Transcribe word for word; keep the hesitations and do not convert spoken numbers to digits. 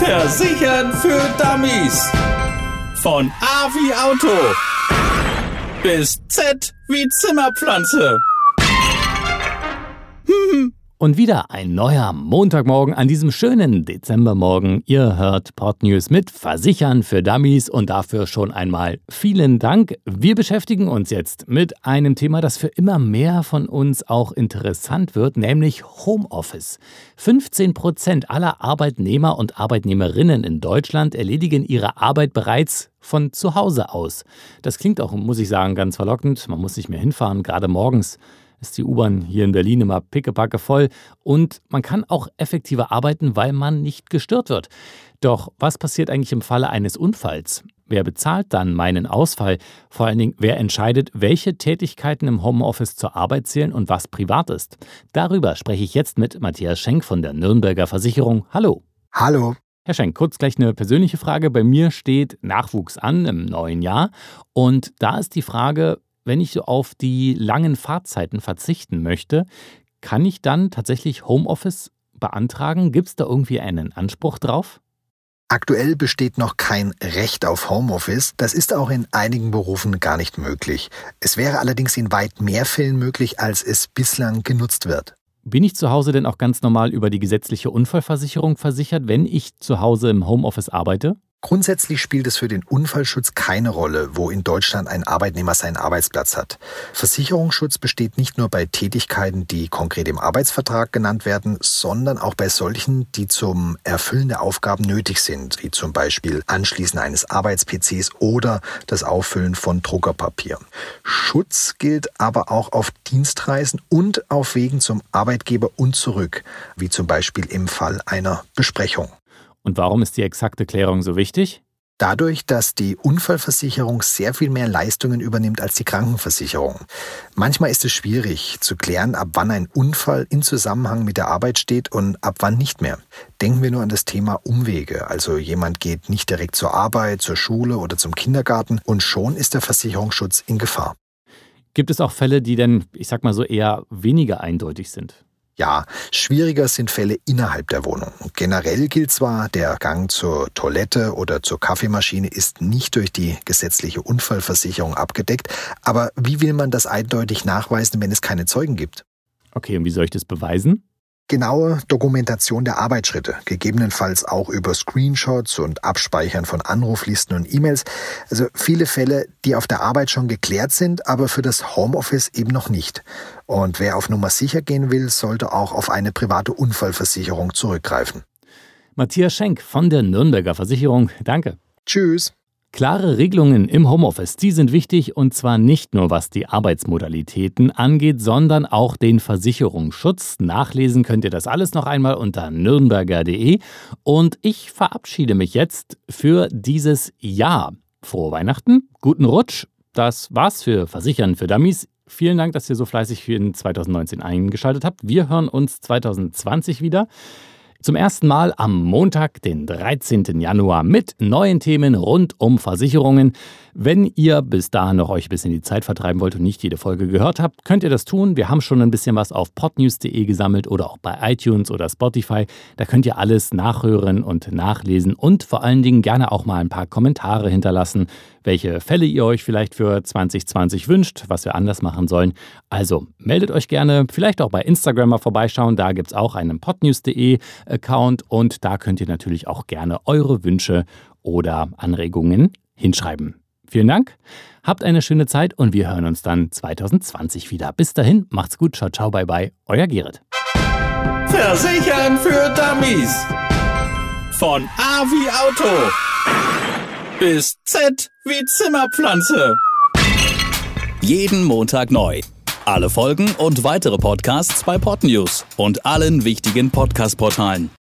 Versichern für Dummies. Von A wie Auto bis Z wie Zimmerpflanze. Und wieder ein neuer Montagmorgen an diesem schönen Dezembermorgen. Ihr hört Podnews mit Versichern für Dummies und dafür schon einmal vielen Dank. Wir beschäftigen uns jetzt mit einem Thema, das für immer mehr von uns auch interessant wird, nämlich Homeoffice. fünfzehn Prozent aller Arbeitnehmer und Arbeitnehmerinnen in Deutschland erledigen ihre Arbeit bereits von zu Hause aus. Das klingt auch, muss ich sagen, ganz verlockend. Man muss nicht mehr hinfahren, gerade morgens ist die U-Bahn hier in Berlin immer pickepacke voll und man kann auch effektiver arbeiten, weil man nicht gestört wird. Doch was passiert eigentlich im Falle eines Unfalls? Wer bezahlt dann meinen Ausfall? Vor allen Dingen, wer entscheidet, welche Tätigkeiten im Homeoffice zur Arbeit zählen und was privat ist? Darüber spreche ich jetzt mit Matthias Schenk von der Nürnberger Versicherung. Hallo. Hallo. Herr Schenk, kurz gleich eine persönliche Frage. Bei mir steht Nachwuchs an im neuen Jahr und da ist die Frage, wenn ich so auf die langen Fahrzeiten verzichten möchte, kann ich dann tatsächlich Homeoffice beantragen? Gibt es da irgendwie einen Anspruch drauf? Aktuell besteht noch kein Recht auf Homeoffice. Das ist auch in einigen Berufen gar nicht möglich. Es wäre allerdings in weit mehr Fällen möglich, als es bislang genutzt wird. Bin ich zu Hause denn auch ganz normal über die gesetzliche Unfallversicherung versichert, wenn ich zu Hause im Homeoffice arbeite? Grundsätzlich spielt es für den Unfallschutz keine Rolle, wo in Deutschland ein Arbeitnehmer seinen Arbeitsplatz hat. Versicherungsschutz besteht nicht nur bei Tätigkeiten, die konkret im Arbeitsvertrag genannt werden, sondern auch bei solchen, die zum Erfüllen der Aufgaben nötig sind, wie zum Beispiel Anschließen eines Arbeits-P Cs oder das Auffüllen von Druckerpapier. Schutz gilt aber auch auf Dienstreisen und auf Wegen zum Arbeitgeber und zurück, wie zum Beispiel im Fall einer Besprechung. Und warum ist die exakte Klärung so wichtig? Dadurch, dass die Unfallversicherung sehr viel mehr Leistungen übernimmt als die Krankenversicherung. Manchmal ist es schwierig zu klären, ab wann ein Unfall in Zusammenhang mit der Arbeit steht und ab wann nicht mehr. Denken wir nur an das Thema Umwege. Also jemand geht nicht direkt zur Arbeit, zur Schule oder zum Kindergarten und schon ist der Versicherungsschutz in Gefahr. Gibt es auch Fälle, die dann, ich sag mal so, eher weniger eindeutig sind? Ja, schwieriger sind Fälle innerhalb der Wohnung. Generell gilt zwar, der Gang zur Toilette oder zur Kaffeemaschine ist nicht durch die gesetzliche Unfallversicherung abgedeckt, aber wie will man das eindeutig nachweisen, wenn es keine Zeugen gibt? Okay, und wie soll ich das beweisen? Genaue Dokumentation der Arbeitsschritte, gegebenenfalls auch über Screenshots und Abspeichern von Anruflisten und E-Mails. Also viele Fälle, die auf der Arbeit schon geklärt sind, aber für das Homeoffice eben noch nicht. Und wer auf Nummer sicher gehen will, sollte auch auf eine private Unfallversicherung zurückgreifen. Matthias Schenk von der Nürnberger Versicherung. Danke. Tschüss. Klare Regelungen im Homeoffice, die sind wichtig und zwar nicht nur was die Arbeitsmodalitäten angeht, sondern auch den Versicherungsschutz. Nachlesen könnt ihr das alles noch einmal unter nürnberger punkt de und ich verabschiede mich jetzt für dieses Jahr. Frohe Weihnachten, guten Rutsch, das war's für Versichern für Dummies. Vielen Dank, dass ihr so fleißig für in zwanzig neunzehn eingeschaltet habt. Wir hören uns zwanzig zwanzig wieder. Zum ersten Mal am Montag, den dreizehnten Januar mit neuen Themen rund um Versicherungen. Wenn ihr bis dahin noch euch ein bisschen die Zeit vertreiben wollt und nicht jede Folge gehört habt, könnt ihr das tun. Wir haben schon ein bisschen was auf podnews punkt de gesammelt oder auch bei iTunes oder Spotify. Da könnt ihr alles nachhören und nachlesen und vor allen Dingen gerne auch mal ein paar Kommentare hinterlassen, welche Fälle ihr euch vielleicht für zwanzig zwanzig wünscht, was wir anders machen sollen. Also meldet euch gerne, vielleicht auch bei Instagram mal vorbeischauen. Da gibt es auch einen podnews punkt de Account und da könnt ihr natürlich auch gerne eure Wünsche oder Anregungen hinschreiben. Vielen Dank, habt eine schöne Zeit und wir hören uns dann zwanzig zwanzig wieder. Bis dahin, macht's gut, ciao, ciao, bye, bye, euer Gerrit. Versichern für Dummies. Von A wie Auto bis Z wie Zimmerpflanze. Jeden Montag neu. Alle Folgen und weitere Podcasts bei Podnews und allen wichtigen Podcast-Portalen.